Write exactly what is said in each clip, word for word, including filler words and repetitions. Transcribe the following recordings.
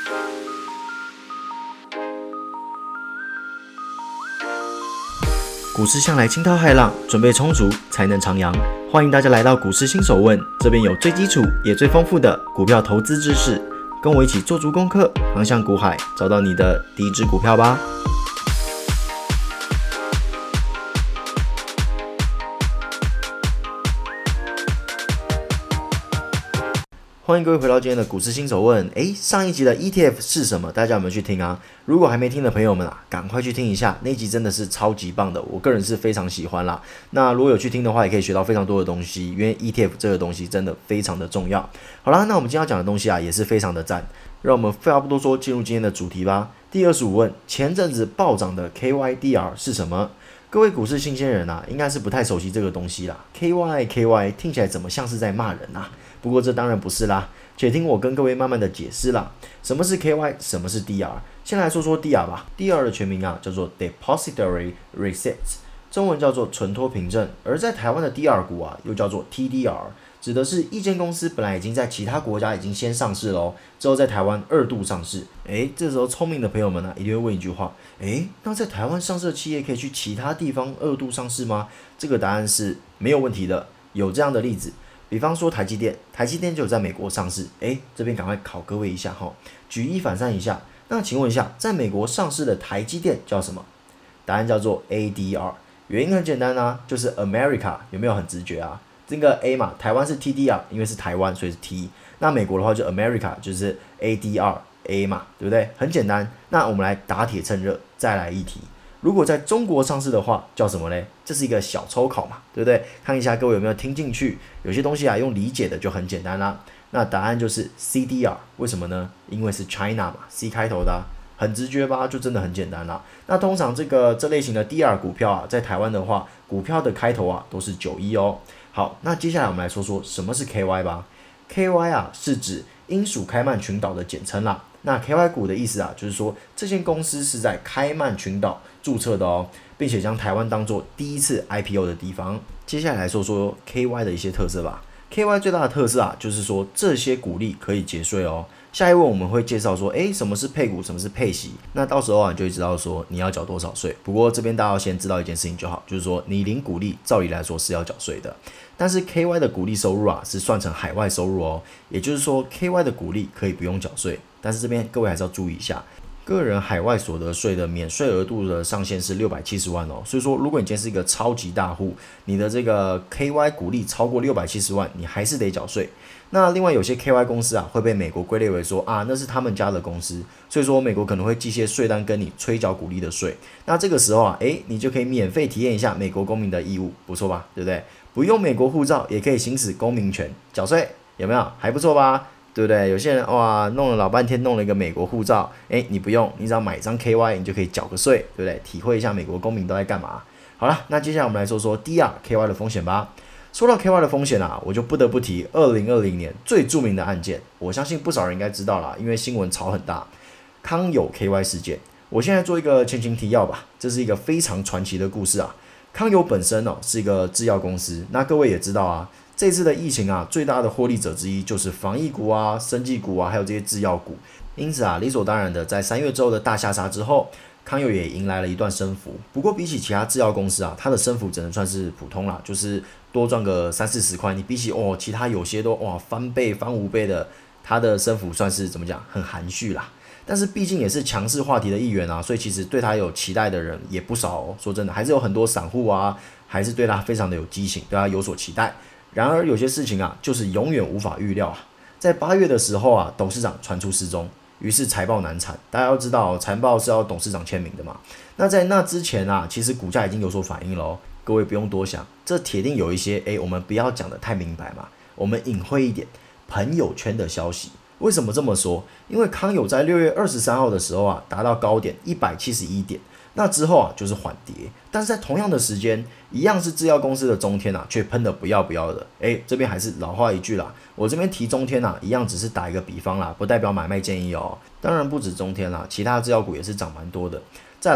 股市向来惊涛骇浪，准备充足才能徜徉。欢迎大家来到股市新手问，这边有最基础也最丰富的股票投资知识，跟我一起做足功课，航向股海，找到你的第一支股票吧。欢迎各位回到今天的股市新手问。诶，上一集的 E T F 是什么？大家有没有去听啊？如果还没听的朋友们啊，赶快去听一下，那一集真的是超级棒的，我个人是非常喜欢啦。那如果有去听的话，也可以学到非常多的东西，因为 E T F 这个东西真的非常的重要。好啦，那我们今天要讲的东西啊，也是非常的赞。让我们废话不多说，进入今天的主题吧。第二十五问，前阵子暴涨的 K Y D R 是什么？各位股市新鲜人啊，应该是不太熟悉这个东西啦。K Y K Y 听起来怎么像是在骂人啊？不过这当然不是啦，且听我跟各位慢慢的解释啦。什么是 K Y， 什么是 D R？ 先来说说 D R 吧。D R 的全名啊叫做 Depository Receipts， 中文叫做存托凭证。而在台湾的 D R 股啊，又叫做 T D R， 指的是一间公司本来已经在其他国家已经先上市咯，之后在台湾二度上市。诶，这时候聪明的朋友们啊，一定会问一句话：诶，那在台湾上市的企业可以去其他地方二度上市吗？这个答案是没有问题的，有这样的例子。比方说台积电，台积电就有在美国上市，诶，这边赶快考各位一下齁，举一反三一下。那请问一下，在美国上市的台积电叫什么？答案叫做 A D R， 原因很简单啊，就是 America， 有没有很直觉啊？这个 A 嘛，台湾是 T D R， 因为是台湾，所以是 T。那美国的话就 America， 就是 A D R A 嘛，对不对？很简单。那我们来打铁趁热，再来一题。如果在中国上市的话，叫什么呢？这是一个小抽考嘛，对不对？看一下各位有没有听进去。有些东西啊，用理解的就很简单啦。那答案就是 C D R， 为什么呢？因为是 China 嘛 ，C 开头的、啊，很直觉吧？就真的很简单啦。那通常这个这类型的 D R 股票啊，在台湾的话，股票的开头啊都是九一哦。好，那接下来我们来说说什么是 K Y 吧。K Y 啊是指英属开曼群岛的简称啦。那 K Y 股的意思啊，就是说这间公司是在开曼群岛注册的哦，并且将台湾当作第一次 I P O 的地方。接下来来说说 K Y 的一些特色吧。K Y 最大的特色啊，就是说这些股利可以节税哦。下一问我们会介绍说，诶，什么是配股，什么是配息？那到时候啊，你就会知道说你要缴多少税。不过这边大家要先知道一件事情就好，就是说你领股利，照理来说是要缴税的。但是 K Y 的股利收入啊，是算成海外收入哦，也就是说 K Y 的股利可以不用缴税。但是这边各位还是要注意一下，个人海外所得税的免税额度的上限是六百七十万哦。所以说，如果你今天是一个超级大户，你的这个 K Y 股利超过六百七十万，你还是得缴税。那另外有些 K Y 公司啊，会被美国归类为说啊，那是他们家的公司，所以说美国可能会寄些税单跟你催缴股利的税。那这个时候啊，诶，你就可以免费体验一下美国公民的义务，不错吧？对不对？不用美国护照也可以行使公民权，缴税有没有？还不错吧？对不对？有些人哇，弄了老半天，弄了一个美国护照，哎，你不用，你只要买一张 K Y， 你就可以缴个税，对不对？体会一下美国公民都在干嘛。好了，那接下来我们来说说 D R K Y 的风险吧。说到 K Y 的风险啊，我就不得不提二零二零年最著名的案件，我相信不少人应该知道啦，因为新闻炒很大，康友 K Y 事件。我现在做一个前情提要吧，这是一个非常传奇的故事啊。康友本身哦是一个制药公司，那各位也知道啊。这次的疫情啊，最大的获利者之一就是防疫股啊、生技股啊，还有这些制药股。因此啊，理所当然的，在三月之后的大下杀之后，康友也迎来了一段升幅。不过比起其他制药公司啊，它的升幅只能算是普通啦，就是多赚个三四十块。你比起哦，其他有些都哇翻倍、翻五倍的，它的升幅算是怎么讲，很含蓄啦。但是毕竟也是强势话题的一员啊，所以其实对它有期待的人也不少哦。说真的，还是有很多散户啊，还是对它非常的有激情，对它有所期待。然而有些事情啊，就是永远无法预料啊。在八月的时候啊，董事长传出失踪，于是财报难产。大家要知道，财报是要董事长签名的嘛。那在那之前啊，其实股价已经有所反应了哦。各位不用多想，这铁定有一些诶，我们不要讲的太明白嘛，我们隐晦一点，朋友圈的消息。为什么这么说？因为康友在六月二十三号的时候啊，达到高点一百七十一点。那之后啊，就是缓跌，但是在同样的时间，一样是制药公司的中天啊，却喷得不要不要的。诶，这边还是老话一句啦，我这边提中天啊，一样只是打一个比方啦，不代表买卖建议哦。当然不止中天啦，其他制药股也是涨蛮多的。再来，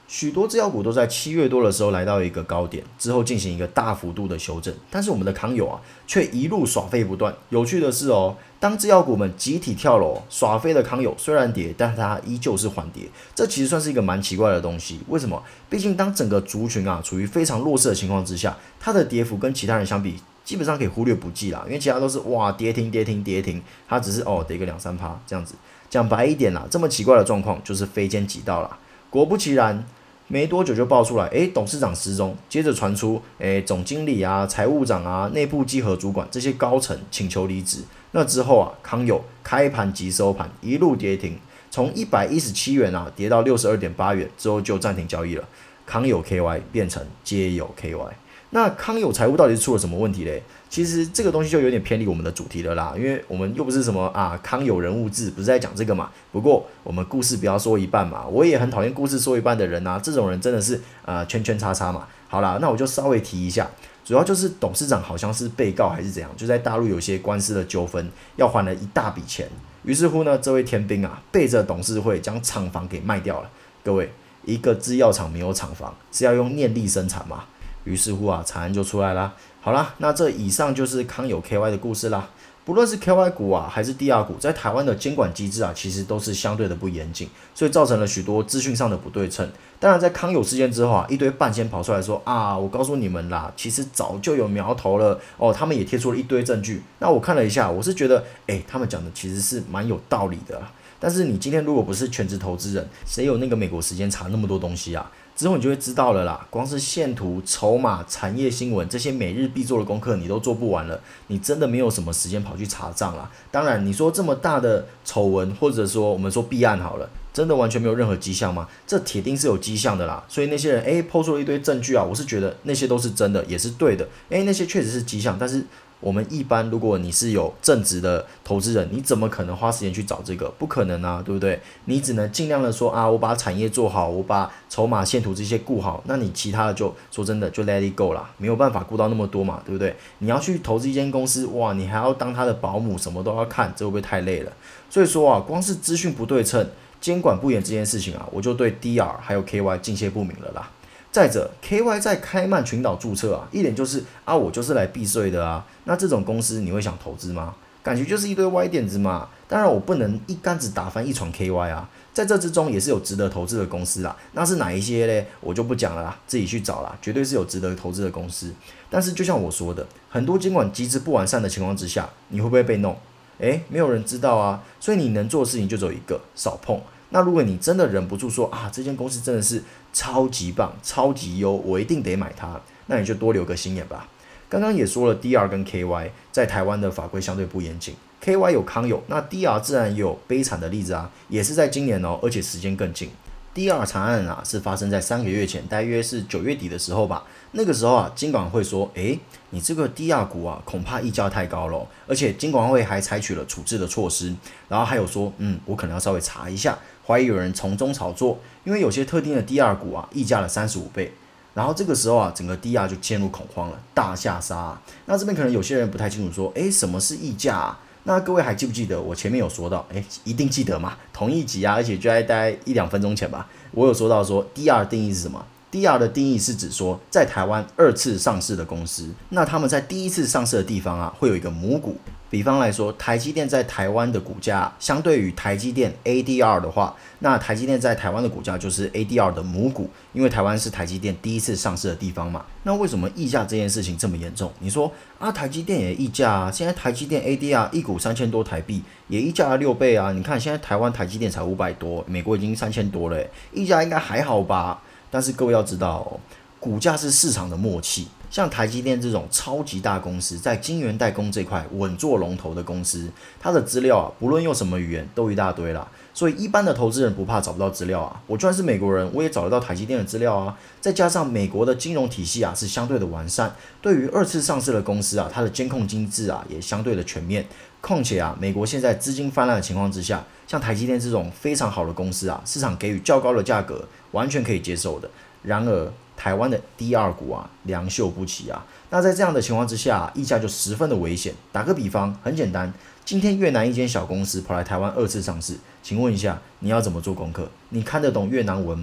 许多制药股都在七月多的时候来到一个高点，之后进行一个大幅度的修正，但是我们的康友啊，却一路耍废不断。有趣的是哦，当制药股们集体跳楼，耍废的康友虽然跌，但是它依旧是缓跌，这其实算是一个蛮奇怪的东西。为什么？毕竟当整个族群啊处于非常弱势的情况之下，它的跌幅跟其他人相比，基本上可以忽略不计啦，因为其他都是哇跌停跌停跌停，它只是哦跌个两三趴这样子。讲白一点啦，这么奇怪的状况就是非奸即盗啦。果不其然。没多久就爆出来，诶，董事长失踪，接着传出，诶，总经理啊、财务长啊、内部稽核主管这些高层请求离职。那之后啊，康友开盘即收盘，一路跌停，从一百一十七元啊跌到六十二点八元，之后就暂停交易了。康友 K Y 变成皆有 K Y。那康友财务到底是出了什么问题嘞？其实这个东西就有点偏离我们的主题了啦，因为我们又不是什么啊康友人物志，不是在讲这个嘛。不过我们故事不要说一半嘛，我也很讨厌故事说一半的人啊，这种人真的是呃圈圈叉叉嘛。好啦，那我就稍微提一下，主要就是董事长好像是被告还是怎样，就在大陆有些官司的纠纷，要还了一大笔钱。于是乎呢，这位天兵啊，背着董事会将厂房给卖掉了。各位，一个制药厂没有厂房，是要用念力生产吗？于是乎啊，惨案就出来啦。好啦，那这以上就是康友 K Y 的故事啦。不论是 K Y 股啊，还是 D R 股，在台湾的监管机制啊，其实都是相对的不严谨，所以造成了许多资讯上的不对称。当然，在康友事件之后啊，一堆半仙跑出来说啊，我告诉你们啦，其实早就有苗头了哦，他们也贴出了一堆证据。那我看了一下，我是觉得，哎，他们讲的其实是蛮有道理的啦。但是你今天如果不是全职投资人，谁有那个美国时间查那么多东西啊？之后你就会知道了啦，光是线图、筹码、产业新闻这些每日必做的功课你都做不完了，你真的没有什么时间跑去查账啦。当然，你说这么大的丑闻，或者说我们说弊案好了，真的完全没有任何迹象吗？这铁定是有迹象的啦。所以那些人诶抛出了一堆证据啊，我是觉得那些都是真的，也是对的。诶，那些确实是迹象，但是我们一般如果你是有正职的投资人，你怎么可能花时间去找这个？不可能啊，对不对？你只能尽量的说啊，我把产业做好，我把筹码线图这些顾好，那你其他的就说真的就 let it go 啦，没有办法顾到那么多嘛，对不对？你要去投资一间公司，哇，你还要当他的保姆，什么都要看，这会不会太累了？所以说啊，光是资讯不对称、监管不严这件事情啊，我就对 D R 还有 K Y 敬谢不敏了啦。再者 ，K Y 在开曼群岛注册啊，一点就是啊，我就是来避税的啊。那这种公司你会想投资吗？感觉就是一堆歪点子嘛。当然，我不能一竿子打翻一船 K Y 啊。在这之中也是有值得投资的公司啦。那是哪一些嘞？我就不讲了啦，自己去找啦。绝对是有值得投资的公司。但是就像我说的，很多监管机制不完善的情况之下，你会不会被弄？诶，没有人知道啊。所以你能做的事情就只有一个，少碰。那如果你真的忍不住说啊，这间公司真的是超级棒、超级优，我一定得买它，那你就多留个心眼吧。刚刚也说了 ，D R 跟 K Y 在台湾的法规相对不严谨 ，K Y 有康友，那 D R 自然也有悲惨的例子啊，也是在今年哦，而且时间更近。D R 查案啊，是发生在三个月前，大约是九月底的时候吧。那个时候啊，金管会说，诶，你这个 D R 股啊，恐怕溢价太高了、哦，而且金管会还采取了处置的措施，然后还有说，嗯，我可能要稍微查一下，怀疑有人从中炒作，因为有些特定的 D R 股啊，溢价了三十五倍。然后这个时候啊，整个 D R 就陷入恐慌了，大下杀、啊。那这边可能有些人不太清楚，说，诶，什么是溢价啊？那各位还记不记得我前面有说到，诶，一定记得嘛？同一集啊，而且就在大概一两分钟前吧，我有说到说 D R 定义是什么 ？D R 的定义是指说，在台湾二次上市的公司，那他们在第一次上市的地方啊，会有一个母股。比方来说，台积电在台湾的股价相对于台积电 A D R 的话，那台积电在台湾的股价就是 A D R 的母股，因为台湾是台积电第一次上市的地方嘛。那为什么溢价这件事情这么严重？你说啊，台积电也溢价啊，现在台积电 A D R 一股三千多台币，也溢价了六倍啊。你看现在台湾台积电才五百多，美国已经三千多了，溢价应该还好吧？但是各位要知道哦，股价是市场的默契。像台积电这种超级大公司，在晶圆代工这块稳坐龙头的公司，它的资料啊，不论用什么语言都一大堆啦。所以一般的投资人不怕找不到资料啊，我就算是美国人，我也找得到台积电的资料啊。再加上美国的金融体系啊是相对的完善，对于二次上市的公司啊，它的监控机制啊也相对的全面。况且啊，美国现在资金泛滥的情况之下，像台积电这种非常好的公司啊，市场给予较高的价格，完全可以接受的。然而台湾的 D R 股啊，良莠不齐啊。那在这样的情况之下、啊，溢价就十分的危险。打个比方，很简单，今天越南一间小公司跑来台湾二次上市，请问一下，你要怎么做功课？你看得懂越南文吗？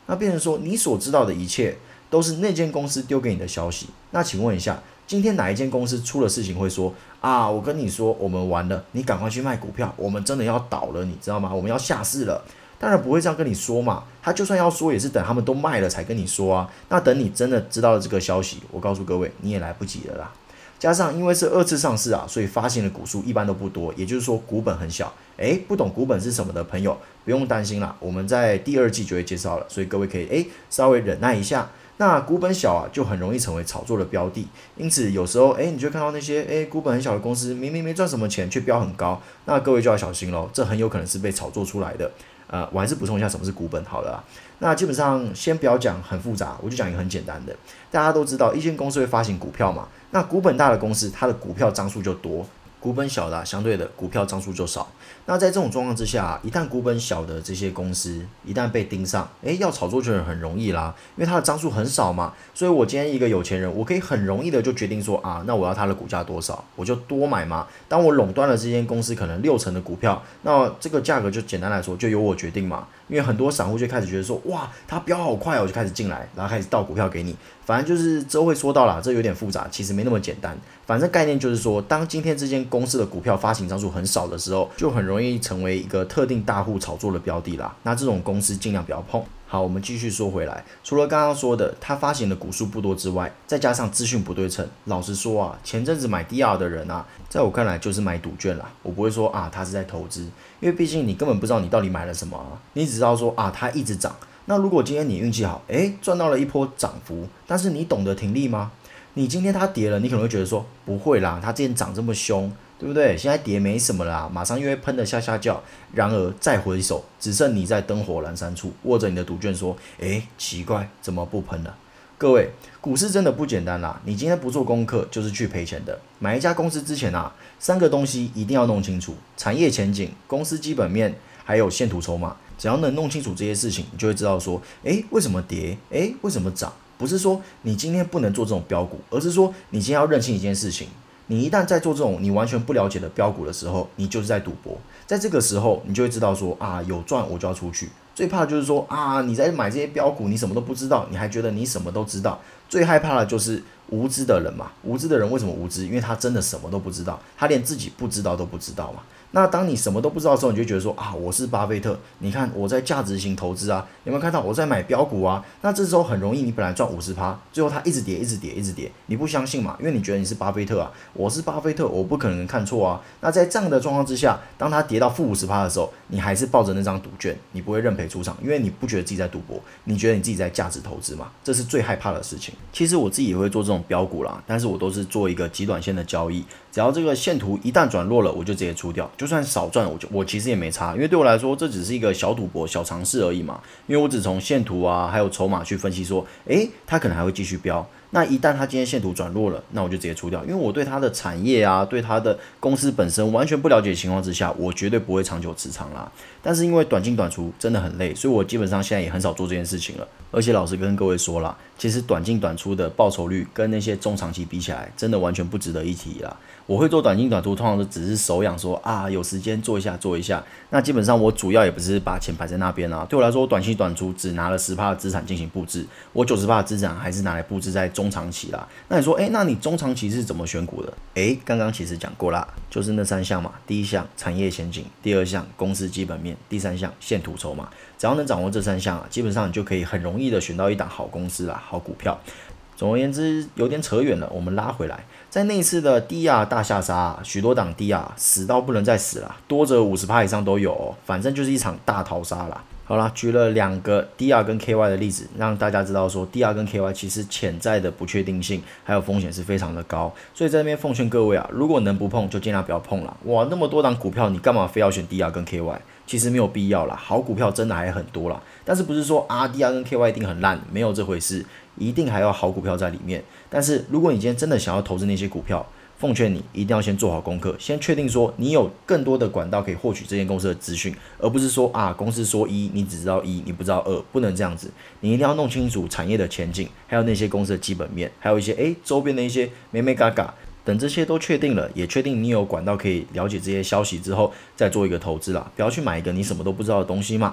那变成说你所知道的一切都是那间公司丢给你的消息。那请问一下，今天哪一间公司出了事情会说啊，我跟你说我们完了，你赶快去卖股票，我们真的要倒了，你知道吗？我们要下市了。当然不会这样跟你说嘛，他就算要说也是等他们都卖了才跟你说啊。那等你真的知道了这个消息，我告诉各位你也来不及了啦。加上因为是二次上市啊，所以发行的股数一般都不多，也就是说股本很小。诶，不懂股本是什么的朋友不用担心啦，我们在第二季就会介绍了，所以各位可以诶稍微忍耐一下。那股本小啊，就很容易成为炒作的标的，因此有时候诶你就看到那些诶股本很小的公司明明没赚什么钱却标很高，那各位就要小心咯，这很有可能是被炒作出来的。呃，我还是补充一下什么是股本好了啦。那基本上先不要讲很复杂，我就讲一个很简单的。大家都知道，一间公司会发行股票嘛，那股本大的公司，它的股票张数就多；股本小的、啊，相对的股票张数就少。那在这种状况之下、啊，一旦股本小的这些公司一旦被盯上，诶，要炒作就很容易啦，因为它的张数很少嘛。所以我今天一个有钱人，我可以很容易的就决定说啊，那我要它的股价多少，我就多买嘛。当我垄断了这间公司可能六成的股票，那这个价格就简单来说就由我决定嘛。因为很多散户就开始觉得说，哇，它飙好快哦，我就开始进来，然后开始倒股票给你。反正就是之后会说到啦，这有点复杂，其实没那么简单。反正概念就是说，当今天这间公司的股票发行张数很少的时候，就很容易成为一个特定大户炒作的标的啦。那这种公司尽量不要碰。好，我们继续说回来，除了刚刚说的它发行的股数不多之外，再加上资讯不对称，老实说啊，前阵子买 D R 的人啊，在我看来就是买赌券啦。我不会说啊他是在投资，因为毕竟你根本不知道你到底买了什么啊，你只知道说啊它一直涨。那如果今天你运气好，诶，赚到了一波涨幅，但是你懂得停利吗？你今天它跌了，你可能会觉得说不会啦，它之前涨这么凶，对不对？现在跌没什么啦，马上又会喷得下下叫。然而再回首，只剩你在灯火阑珊处，握着你的赌券说：“诶，奇怪，怎么不喷了？”各位，股市真的不简单啦！你今天不做功课，就是去赔钱的。买一家公司之前啊，三个东西一定要弄清楚：产业前景、公司基本面，还有线图筹码。只要能弄清楚这些事情，你就会知道说：诶，为什么跌？诶，为什么涨？不是说你今天不能做这种标股，而是说你今天要认清一件事情。你一旦在做这种你完全不了解的标股的时候，你就是在赌博。在这个时候，你就会知道说啊，有赚我就要出去。最怕的就是说啊，你在买这些标股，你什么都不知道，你还觉得你什么都知道。最害怕的就是无知的人嘛。无知的人为什么无知？因为他真的什么都不知道，他连自己不知道都不知道嘛。那当你什么都不知道的时候，你就觉得说啊，我是巴菲特，你看我在价值型投资啊，有没有看到我在买标股啊？那这时候很容易，你本来赚 百分之五十， 最后它一直跌，一直跌，一直跌，你不相信嘛？因为你觉得你是巴菲特啊，我是巴菲特，我不可能看错啊。那在这样的状况之下，当它跌到负 百分之五十 的时候，你还是抱着那张赌券，你不会认赔出场，因为你不觉得自己在赌博，你觉得你自己在价值投资嘛？这是最害怕的事情。其实我自己也会做这种标股啦，但是我都是做一个极短线的交易，只要这个线图一旦转弱了，我就直接出掉，就算少赚我就我其实也没差，因为对我来说这只是一个小赌博、小尝试而已嘛。因为我只从线图啊还有筹码去分析说，诶，它可能还会继续飙。那一旦它今天线图转弱了，那我就直接出掉，因为我对它的产业啊，对它的公司本身完全不了解的情况之下，我绝对不会长久持仓啦。但是因为短进短出真的很累，所以我基本上现在也很少做这件事情了。而且老实跟各位说啦，其实短进短出的报酬率跟那些中长期比起来，真的完全不值得一提啦。我会做短进短出，通常都只是手痒说啊，有时间做一下做一下。那基本上我主要也不是把钱摆在那边啊。对我来说，短期短出只拿了 百分之十 的资产进行布置，我 百分之九十 的资产还是拿来布置在中长期啦。那你说，诶，那你中长期是怎么选股的？诶，刚刚其实讲过啦，就是那三项嘛。第一项产业前景，第二项公司基本面，第三项线图筹码。只要能掌握这三项啊，基本上你就可以很容易的选到一档好公司啦，好股票。总而言之，有点扯远了，我们拉回来。在那一次的 D R 大下杀、啊，许多档 D R 死到不能再死啦，多则 百分之五十 以上都有、哦，反正就是一场大逃杀啦。好啦，举了两个 D R 跟 K Y 的例子，让大家知道说 D R 跟 K Y 其实潜在的不确定性还有风险是非常的高，所以在这边奉劝各位啊，如果能不碰就尽量不要碰啦。哇，那么多档股票，你干嘛非要选 D R 跟 K Y？ 其实没有必要啦，好股票真的还很多啦。但是不是说啊 D R 跟 K Y 一定很烂，没有这回事，一定还有好股票在里面。但是如果你今天真的想要投资那些股票，奉劝你一定要先做好功课，先确定说你有更多的管道可以获取这间公司的资讯，而不是说啊公司说一，你只知道一，你不知道二，不能这样子。你一定要弄清楚产业的前景，还有那些公司的基本面，还有一些诶周边的一些眉眉嘎嘎。等这些都确定了，也确定你有管道可以了解这些消息之后，再做一个投资啦，不要去买一个你什么都不知道的东西嘛。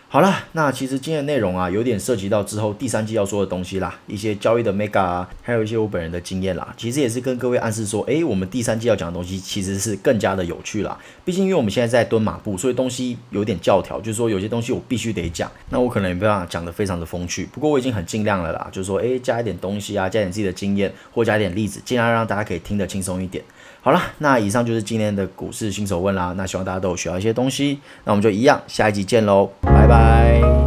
好啦，那其实今天的内容啊，有点涉及到之后第三季要说的东西啦，一些交易的 mega 啊，还有一些我本人的经验啦。其实也是跟各位暗示说，诶，我们第三季要讲的东西其实是更加的有趣啦。毕竟因为我们现在在蹲马步，所以东西有点教条，就是说有些东西我必须得讲，那我可能也没办法讲得非常的风趣。不过我已经很尽量了啦，就是说，诶，加一点东西啊，加点自己的经验，或加一点例子，尽量让大家可以听得轻松一点。好了，那以上就是今天的股市新手问啦。那希望大家都有学到一些东西。那我们就一样，下一集见喽，拜拜。